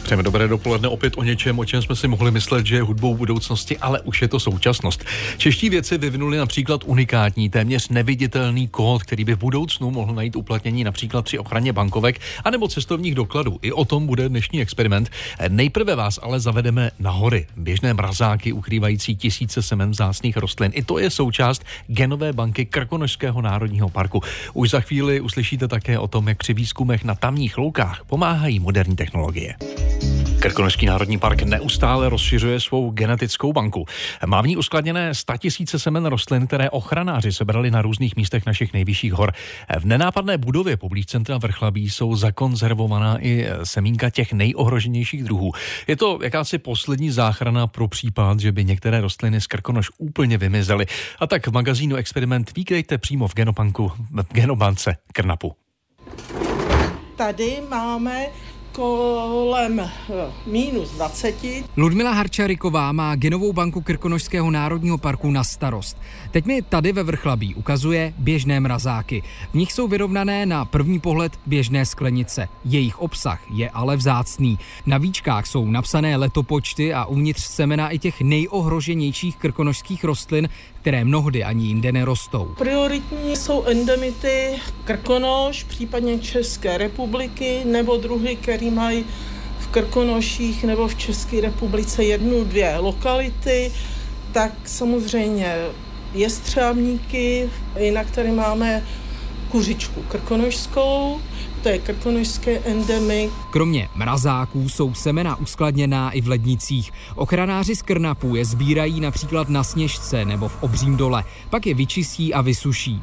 Přejeme dobré dopoledne opět o něčem, o čem jsme si mohli myslet, že je hudbou budoucnosti, ale už je to současnost. Čeští vědci vyvinuli například unikátní, téměř neviditelný kód, který by v budoucnu mohl najít uplatnění například při ochraně bankovek anebo cestovních dokladů. I o tom bude dnešní experiment. Nejprve vás ale zavedeme na hory. Běžné mrazáky ukrývající tisíce semen vzácných rostlin. I to je součást genové banky Krkonošského národního parku. Už za chvíli uslyšíte také o tom, jak při výzkumech na tamních loukách pomáhají moderní technologie. Krkonošský národní park neustále rozšiřuje svou genetickou banku. Má v ní uskladněné 100 000 semen rostlin, které ochranáři sebrali na různých místech našich nejvyšších hor. V nenápadné budově poblíž centra Vrchlabí jsou zakonzervovaná i semínka těch nejohroženějších druhů. Je to jakási poslední záchrana pro případ, že by některé rostliny z Krkonoš úplně vymizely. A tak v magazínu Experiment vítejte přímo v genobance Krnapu. Tady máme kolem -20. Ludmila Harčariková má genovou banku Krkonošského národního parku na starost. Teď mi tady ve Vrchlabí ukazuje běžné mrazáky. V nich jsou vyrovnané na první pohled běžné sklenice. Jejich obsah je ale vzácný. Na víčkách jsou napsané letopočty a uvnitř semena i těch nejohroženějších krkonošských rostlin, které mnohdy ani jinde nerostou. Prioritní jsou endemity Krkonoš, případně České republiky, nebo druhy, které mají v Krkonoších nebo v České republice 1-2 lokality, tak samozřejmě jestřábníky, jinak tady máme kuřičku krkonošskou, to je krkonošské endemik. Kromě mrazáků jsou semena uskladněná i v lednicích. Ochranáři z Krnapu je sbírají například na Sněžce nebo v Obřím dole, pak je vyčistí a vysuší.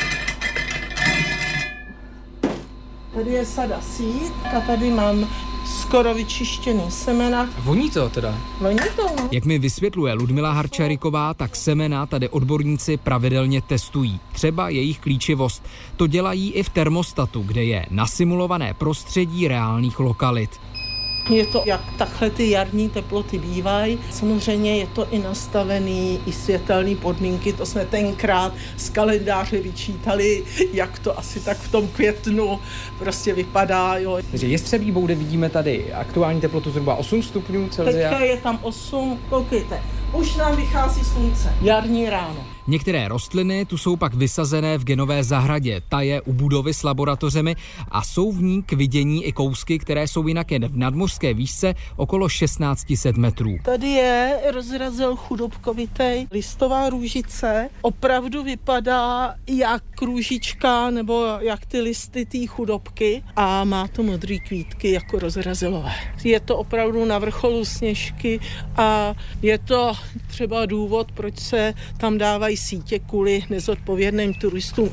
Tady je sada sít a tady mám skoro vyčištěný semena. Voní to teda? Voní to, no. Jak mi vysvětluje Ludmila Harčariková, tak semena tady odborníci pravidelně testují. Třeba jejich klíčivost. To dělají i v termostatu, kde je nasimulované prostředí reálných lokalit. Je to, jak takhle ty jarní teploty bývají. Samozřejmě je to i nastavený, i světelné podmínky. To jsme tenkrát z kalendáře vyčítali, jak to asi tak v tom květnu prostě vypadá. Jo. Takže jestřebí boudy vidíme tady aktuální teplotu zhruba 8 stupňů Celsia. Teďka je tam 8, koukejte, už nám vychází slunce, jarní ráno. Některé rostliny tu jsou pak vysazené v genové zahradě, ta je u budovy s laboratořemi a jsou v ní k vidění i kousky, které jsou jinak jen v nadmořské výšce okolo 1600 metrů. Tady je rozrazel chudobkovitej, listová růžice, opravdu vypadá jak růžička nebo jak ty listy té chudobky a má to modrý kvítky jako rozrazelové. Je to opravdu na vrcholu Sněžky a je to třeba důvod, proč se tam dávají sítě kvůli nezodpovědným turistům.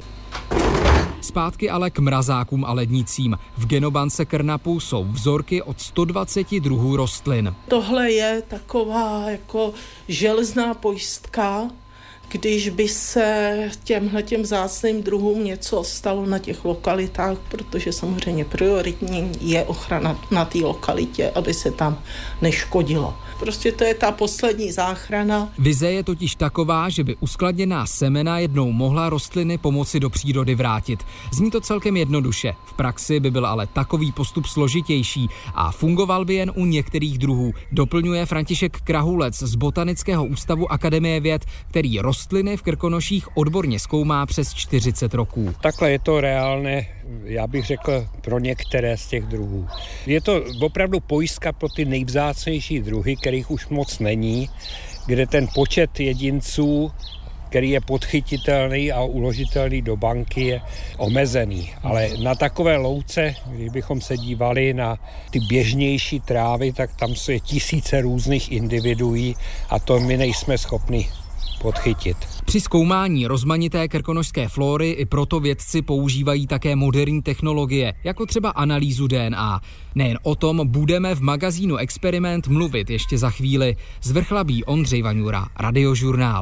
Zpátky ale k mrazákům a lednicím. V genobance Krnapu jsou vzorky od 120 druhů rostlin. Tohle je taková jako železná pojistka, když by se těmhletěm vzácným druhům něco stalo na těch lokalitách, protože samozřejmě prioritní je ochrana na té lokalitě, aby se tam neškodilo. Prostě to je ta poslední záchrana. Vize je totiž taková, že by uskladněná semena jednou mohla rostliny pomoci do přírody vrátit. Zní to celkem jednoduše. V praxi by byl ale takový postup složitější a fungoval by jen u některých druhů. Doplňuje František Krahulec z Botanického ústavu Akademie věd, který rostliny v Krkonoších odborně zkoumá přes 40 roků. Takhle je to reálné, já bych řekl, pro některé z těch druhů. Je to opravdu pojistka pro ty nejvzácnější druhy, kterých už moc není, kde ten počet jedinců, který je podchytitelný a uložitelný do banky, je omezený. Ale na takové louce, když bychom se dívali na ty běžnější trávy, tak tam jsou tisíce různých individuí a to my nejsme schopni podchytit. Při zkoumání rozmanité krkonošské flóry i proto vědci používají také moderní technologie, jako třeba analýzu DNA. Nejen o tom budeme v magazínu Experiment mluvit ještě za chvíli. Z Vrchlabí Ondřej Vaňura, Radiožurnál.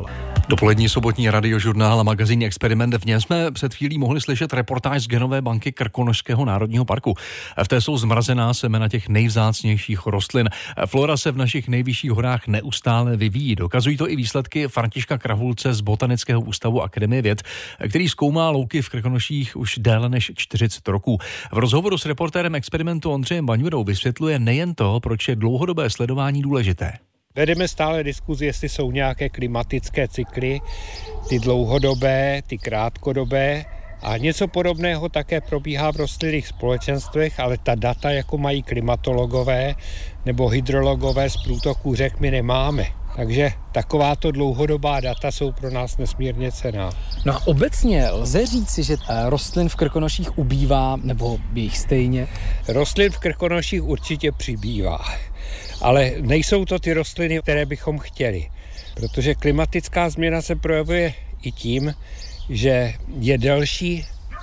Dopolední sobotní radiožurnál a magazín Experiment. V něm jsme před chvílí mohli slyšet reportáž z genové banky Krkonošského národního parku. V té jsou zmrazená semena těch nejvzácnějších rostlin. Flora se v našich nejvyšších horách neustále vyvíjí. Dokazují to i výsledky Františka Krahulce z Botanického ústavu Akademie věd, který zkoumá louky v Krkonoších už déle než 40 roků. V rozhovoru s reportérem Experimentu Ondřejem Baňurou vysvětluje nejen to, proč je dlouhodobé sledování důležité. Vedeme stále diskuzi, jestli jsou nějaké klimatické cykly, ty dlouhodobé, ty krátkodobé, a něco podobného také probíhá v rostlinných společenstvech, ale ta data, jako mají klimatologové nebo hydrologové z průtoků řek, my nemáme. Takže takováto dlouhodobá data jsou pro nás nesmírně cenná. No a obecně lze říci, že rostlin v Krkonoších ubývá, nebo je jich stejně? Rostlin v Krkonoších určitě přibývá, ale nejsou to ty rostliny, které bychom chtěli, protože klimatická změna se projevuje i tím, že je delší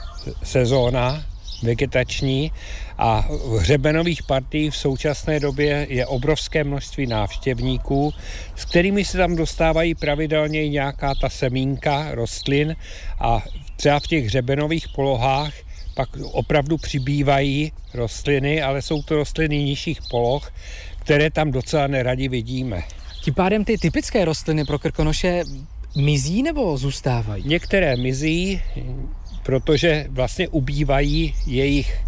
sezóna vegetační a v hřebenových partiích v současné době je obrovské množství návštěvníků, s kterými se tam dostávají pravidelně i nějaká ta semínka rostlin a třeba v těch hřebenových polohách pak opravdu přibývají rostliny, ale jsou to rostliny nižších poloh, které tam docela neradi vidíme. Tím pádem ty typické rostliny pro Krkonoše mizí nebo zůstávají? Některé mizí, protože vlastně ubývají jejich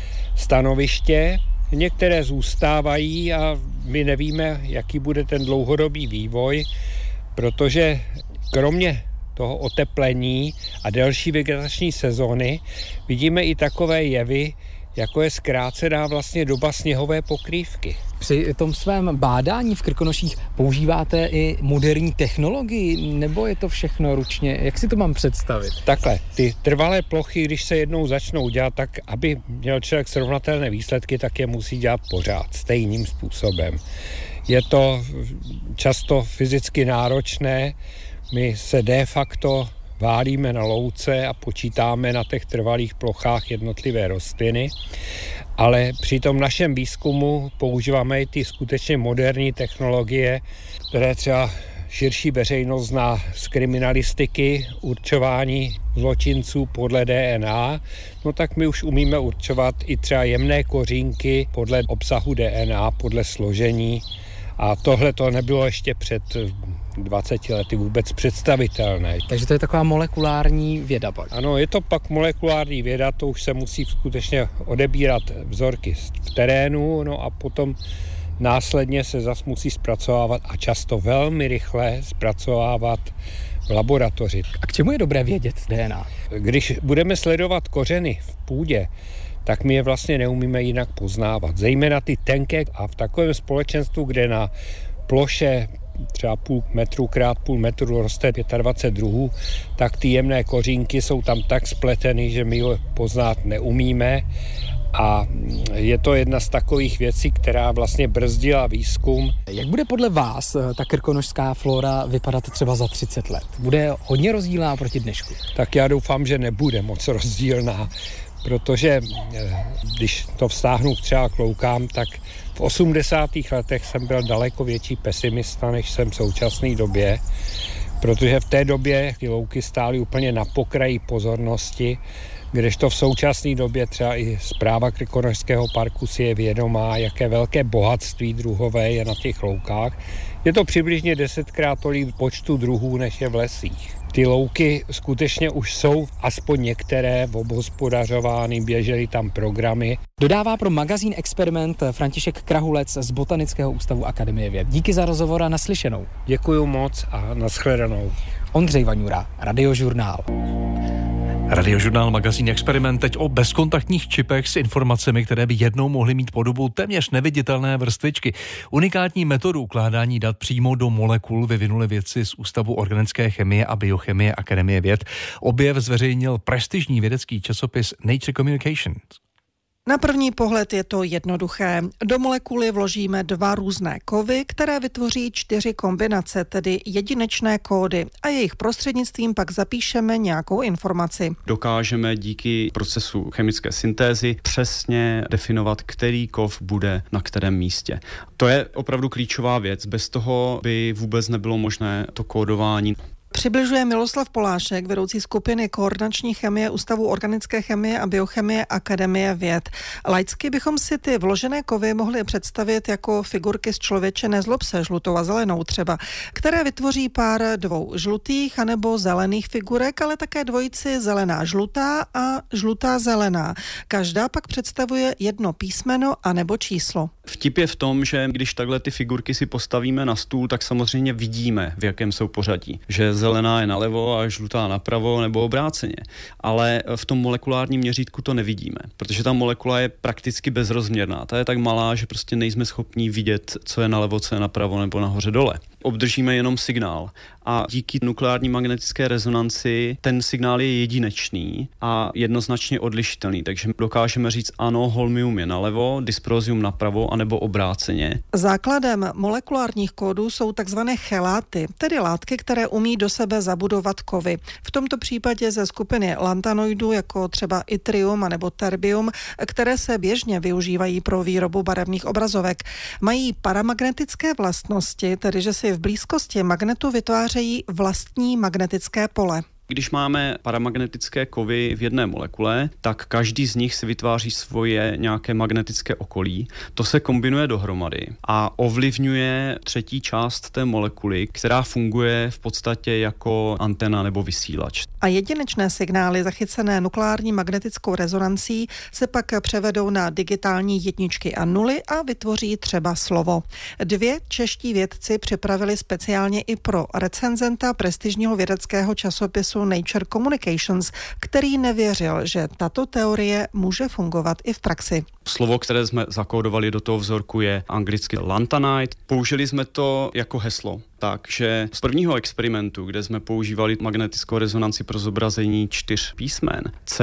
stanoviště, některé zůstávají a my nevíme, jaký bude ten dlouhodobý vývoj, protože kromě toho oteplení a delší vegetační sezóny vidíme i takové jevy, jako je zkrácená vlastně doba sněhové pokrývky. Při tom svém bádání v Krkonoších používáte i moderní technologii, nebo je to všechno ručně? Jak si to mám představit? Takhle, ty trvalé plochy, když se jednou začnou dělat, tak aby měl člověk srovnatelné výsledky, tak je musí dělat pořád, stejným způsobem. Je to často fyzicky náročné, my se de facto válíme na louce a počítáme na těch trvalých plochách jednotlivé rostliny, ale při tom našem výzkumu používáme i ty skutečně moderní technologie, které třeba širší veřejnost zná z kriminalistiky, určování zločinců podle DNA, no tak my už umíme určovat i třeba jemné kořínky podle obsahu DNA, podle složení. A tohle to nebylo ještě před 20 lety vůbec představitelné. Takže to je taková molekulární věda pak. Ano, je to pak molekulární věda, to už se musí skutečně odebírat vzorky v terénu, no a potom následně se zas musí zpracovávat a často velmi rychle zpracovávat v laboratoři. A k čemu je dobré vědět DNA? Když budeme sledovat kořeny v půdě, tak my je vlastně neumíme jinak poznávat. Zejména ty tenké a v takovém společenstvu, kde na ploše třeba půl metru krát půl metru roste 25 druhů, tak ty jemné kořínky jsou tam tak spleteny, že my je poznat neumíme. A je to jedna z takových věcí, která vlastně brzdila výzkum. Jak bude podle vás ta krkonošská flora vypadat třeba za 30 let? Bude hodně rozdílná proti dnešku? Tak já doufám, že nebude moc rozdílná, protože když to vztáhnu třeba k loukám, tak v 80. letech jsem byl daleko větší pesimista, než jsem v současné době, protože v té době ty louky stály úplně na pokraji pozornosti, kdežto v současné době třeba i správa Krkonošského parku si je vědomá, jaké velké bohatství druhové je na těch loukách. Je to přibližně 10krát tolik počtu druhů, než je v lesích. Ty louky skutečně už jsou aspoň některé obhospodařovány, běžely tam programy. Dodává pro magazín Experiment František Krahulec z Botanického ústavu Akademie věd. Díky za rozhovor a naslyšenou. Děkuju moc a nashledanou. Ondřej Baňura, Radiožurnál. Radiožurnál magazín Experiment teď o bezkontaktních čipech s informacemi, které by jednou mohly mít podobu téměř neviditelné vrstvičky. Unikátní metodu ukládání dat přímo do molekul vyvinuli vědci z Ústavu organické chemie a biochemie Akademie věd. Objev zveřejnil prestižní vědecký časopis Nature Communications. Na první pohled je to jednoduché. Do molekuly vložíme 2 různé kovy, které vytvoří 4 kombinace, tedy jedinečné kódy, a jejich prostřednictvím pak zapíšeme nějakou informaci. Dokážeme díky procesu chemické syntézy přesně definovat, který kov bude na kterém místě. To je opravdu klíčová věc. Bez toho by vůbec nebylo možné to kódování. Přibližuje Miloslav Polášek, vedoucí skupiny koordinační chemie Ústavu organické chemie a biochemie Akademie věd. Laicky bychom si ty vložené kovy mohli představit jako figurky z člověče nezlob se, žlutou a zelenou třeba, které vytvoří pár dvou žlutých anebo zelených figurek, ale také dvojici zelená žlutá a žlutá zelená. Každá pak představuje jedno písmeno anebo číslo. Vtip je v tom, že když takhle ty figurky si postavíme na stůl, tak samozřejmě vidíme, v jakém jsou pořadí. Že zelená je nalevo a žlutá napravo nebo obráceně. Ale v tom molekulárním měřítku to nevidíme, protože ta molekula je prakticky bezrozměrná. Ta je tak malá, že prostě nejsme schopni vidět, co je nalevo, co je napravo nebo nahoře dole. Obdržíme jenom signál a díky nukleární magnetické rezonanci ten signál je jedinečný a jednoznačně odlišitelný, takže dokážeme říct ano, holmium je nalevo, dysprozium napravo anebo obráceně. Základem molekulárních kódů jsou takzvané cheláty, tedy látky, které umí do sebe zabudovat kovy. V tomto případě ze skupiny lantanoidů, jako třeba yttrium anebo terbium, které se běžně využívají pro výrobu barevných obrazovek. Mají paramagnetické vlastnosti, tedy že si v blízkosti magnetu vytvářejí vlastní magnetické pole. Když máme paramagnetické kovy v jedné molekule, tak každý z nich si vytváří svoje nějaké magnetické okolí. To se kombinuje dohromady a ovlivňuje třetí část té molekuly, která funguje v podstatě jako antena nebo vysílač. A jedinečné signály zachycené nukleární magnetickou rezonancí se pak převedou na digitální jedničky a nuly a vytvoří třeba slovo. 2 čeští vědci připravili speciálně i pro recenzenta prestižního vědeckého časopisu Nature Communications, který nevěřil, že tato teorie může fungovat i v praxi. Slovo, které jsme zakódovali do toho vzorku, je anglicky lantanide. Použili jsme to jako heslo. Takže z prvního experimentu, kde jsme používali magnetickou rezonanci pro zobrazení 4 písmen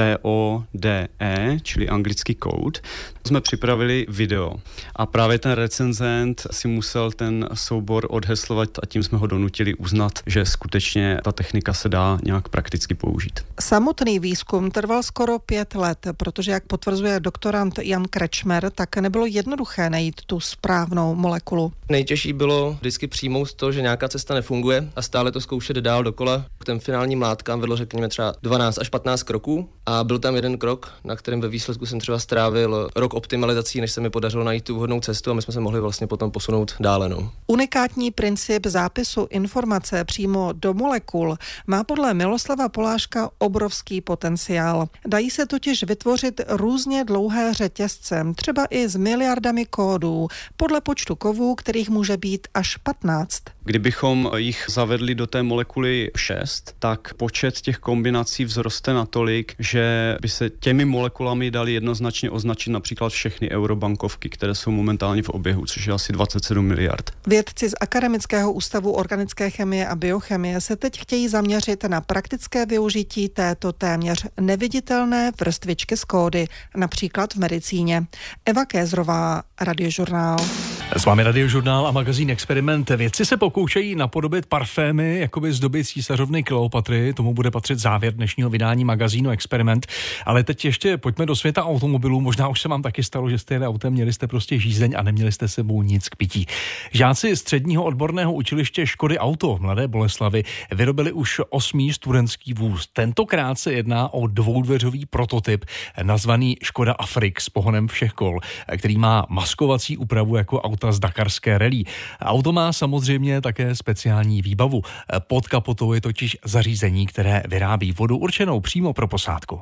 CODE, čili anglický kód, jsme připravili video. A právě ten recenzent si musel ten soubor odheslovat a tím jsme ho donutili uznat, že skutečně ta technika se dá nějak prakticky použít. Samotný výzkum trval skoro 5 let, protože, jak potvrzuje doktorant Jan Krečmer, tak nebylo jednoduché najít tu správnou molekulu. Nejtěžší bylo vždycky přijmout to, že nějaká cesta nefunguje a stále to zkoušet dál dokola. K těm finálním látkám vedlo řekněme třeba 12 až 15 kroků a byl tam jeden krok, na kterém ve výsledku jsem třeba strávil rok optimalizací, než se mi podařilo najít tu vhodnou cestu a my jsme se mohli vlastně potom posunout dále. Unikátní princip zápisu informace přímo do molekul má podle Miloslava Poláška obrovský potenciál. Dají se totiž vytvořit různě dlouhé řetězce, třeba i s miliardami kódů, podle počtu kovů, kterých může být až 15. Kdybychom jich zavedli do té molekuly 6, tak počet těch kombinací vzroste natolik, že by se těmi molekulami dali jednoznačně označit například všechny eurobankovky, které jsou momentálně v oběhu, což je asi 27 miliard. Vědci z Akademického ústavu organické chemie a biochemie se teď chtějí zaměřit na praktické využití této téměř neviditelné vrstvičky z kódy, například v medicíně. Eva Kézrová, Radiožurnál. S vámi Radiožurnál a magazín Experiment. Vědci se pokoušejí napodobit parfémy jakoby z doby císařovny Kleopatry. Tomu bude patřit závěr dnešního vydání magazínu Experiment. Ale teď ještě pojďme do světa automobilů. Možná už se vám taky stalo, že jste jeli autem, měli jste prostě žízeň a neměli jste sebou nic k pití. Žáci středního odborného učiliště Škody Auto v Mladé Boleslavi vyrobili už 8. studentský vůz. Tentokrát se jedná o dvoudveřový prototyp nazvaný Škoda Afrik s pohonem všech kol, který má maskovací úpravu jako auta z dakarské rally. Auto má samozřejmě také speciální výbavu. Pod kapotou je totiž zařízení, které vyrábí vodu určenou přímo pro posádku.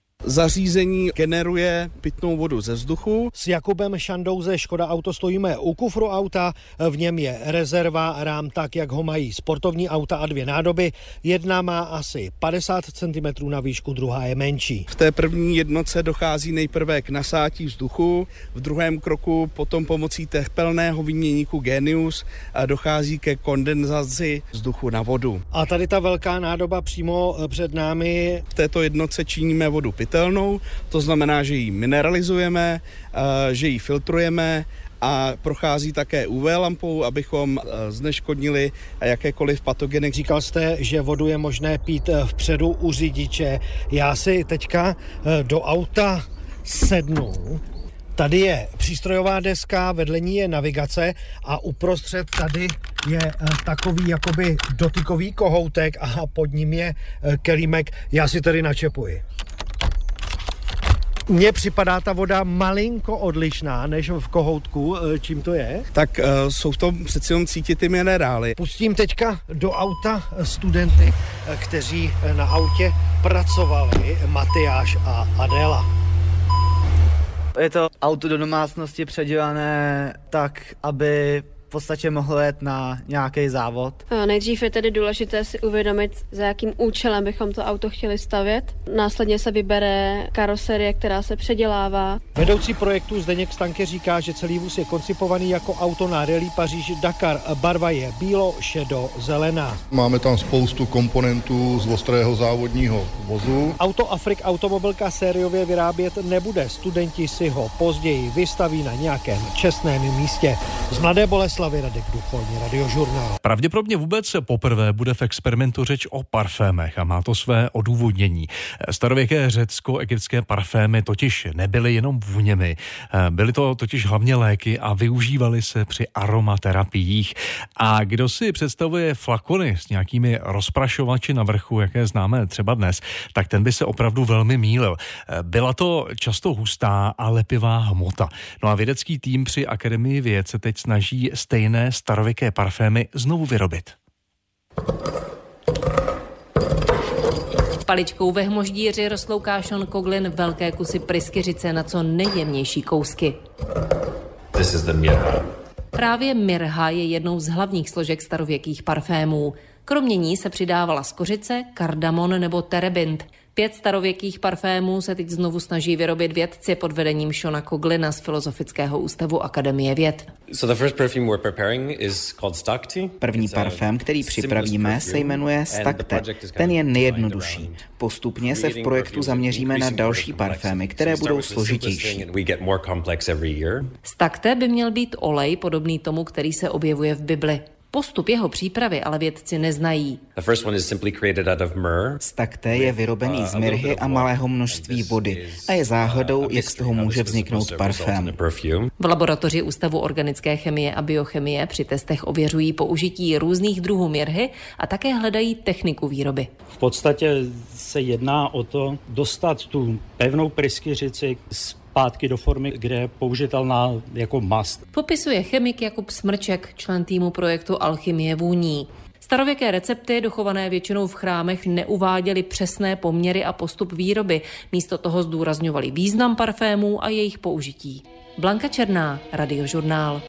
Zařízení generuje pitnou vodu ze vzduchu. S Jakubem Šandou ze Škoda Auto stojíme u kufru auta. V něm je rezerva, rám tak, jak ho mají sportovní auta a 2 nádoby. Jedna má asi 50 cm na výšku, druhá je menší. V té první jednotce dochází nejprve k nasátí vzduchu, v druhém kroku potom pomocí tepelného výměníku Genius dochází ke kondenzaci vzduchu na vodu. A tady ta velká nádoba přímo před námi. V této jednotce činíme vodu pitelnou, to znamená, že ji mineralizujeme, že ji filtrujeme a prochází také UV lampou, abychom zneškodnili jakékoliv patogeny. Říkal jste, že vodu je možné pít vpředu u řidiče. Já si teďka do auta sednu. Tady je přístrojová deska, vedle ní je navigace a uprostřed tady je takový jakoby dotykový kohoutek a pod ním je kelímek. Já si tady načepuji. Mně připadá ta voda malinko odlišná než v kohoutku. Čím to je? Tak jsou v tom přeci jen cítit ty minerály. Pustím teďka do auta studenty, kteří na autě pracovali, Matyáš a Adéla. Je to auto do domácnosti předělané tak, aby v podstatě mohlo jet na nějaký závod. Nejdřív je tedy důležité si uvědomit, za jakým účelem bychom to auto chtěli stavět. Následně se vybere karoserie, která se předělává. Vedoucí projektu Zdeněk Stanke říká, že celý vůz je koncipovaný jako auto na rally Paříž-Dakar. Barva je bílo, šedo, zelená. Máme tam spoustu komponentů z ostrého závodního vozu. Auto Afrik automobilka sériově vyrábět nebude. Studenti si ho později vystaví na nějakém čestném místě. Z Mladé Boleslavy Radek Ducholní, Radiožurnál. Pravděpodobně vůbec poprvé bude v experimentu řeč o parfémech a má to své odůvodnění. Starověké řecko-egyptské parfémy totiž nebyly jenom vůněmi. Byly to totiž hlavně léky a využívaly se při aromaterapiích. A kdo si představuje flakony s nějakými rozprašovači na vrchu, jaké známe třeba dnes, tak ten by se opravdu velmi mýlil. Byla to často hustá a lepivá hmota. No a vědecký tým při Akademii věd se teď snaží stejné starověké parfémy znovu vyrobit. Paličkou ve hmoždíři rozlouká Sean Coughlin velké kusy pryskyřice na co nejjemnější kousky. This is the mirha. Právě mirha je jednou z hlavních složek starověkých parfémů. Kromě ní se přidávala skořice, kardamon nebo terebint. 5 starověkých parfémů se teď znovu snaží vyrobit vědci pod vedením Seana Coughlina z Filozofického ústavu Akademie věd. První parfém, který připravíme, se jmenuje Stakte. Ten je nejjednodušší. Postupně se v projektu zaměříme na další parfémy, které budou složitější. Stakte by měl být olej podobný tomu, který se objevuje v Bibli. Postup jeho přípravy ale vědci neznají. Stakte je vyrobený z mirhy a malého množství vody a je záhadou, jak z toho může vzniknout parfém. V laboratoři Ústavu organické chemie a biochemie při testech ověřují použití různých druhů mirhy a také hledají techniku výroby. V podstatě se jedná o to dostat tu pevnou pryskyřici zpátky do formy, kde je použitelná jako mast. Popisuje chemik Jakub Smrček, člen týmu projektu Alchymie vůní. Starověké recepty, dochované většinou v chrámech, neuváděly přesné poměry a postup výroby. Místo toho zdůrazňovali význam parfémů a jejich použití. Blanka Černá, Radiožurnál.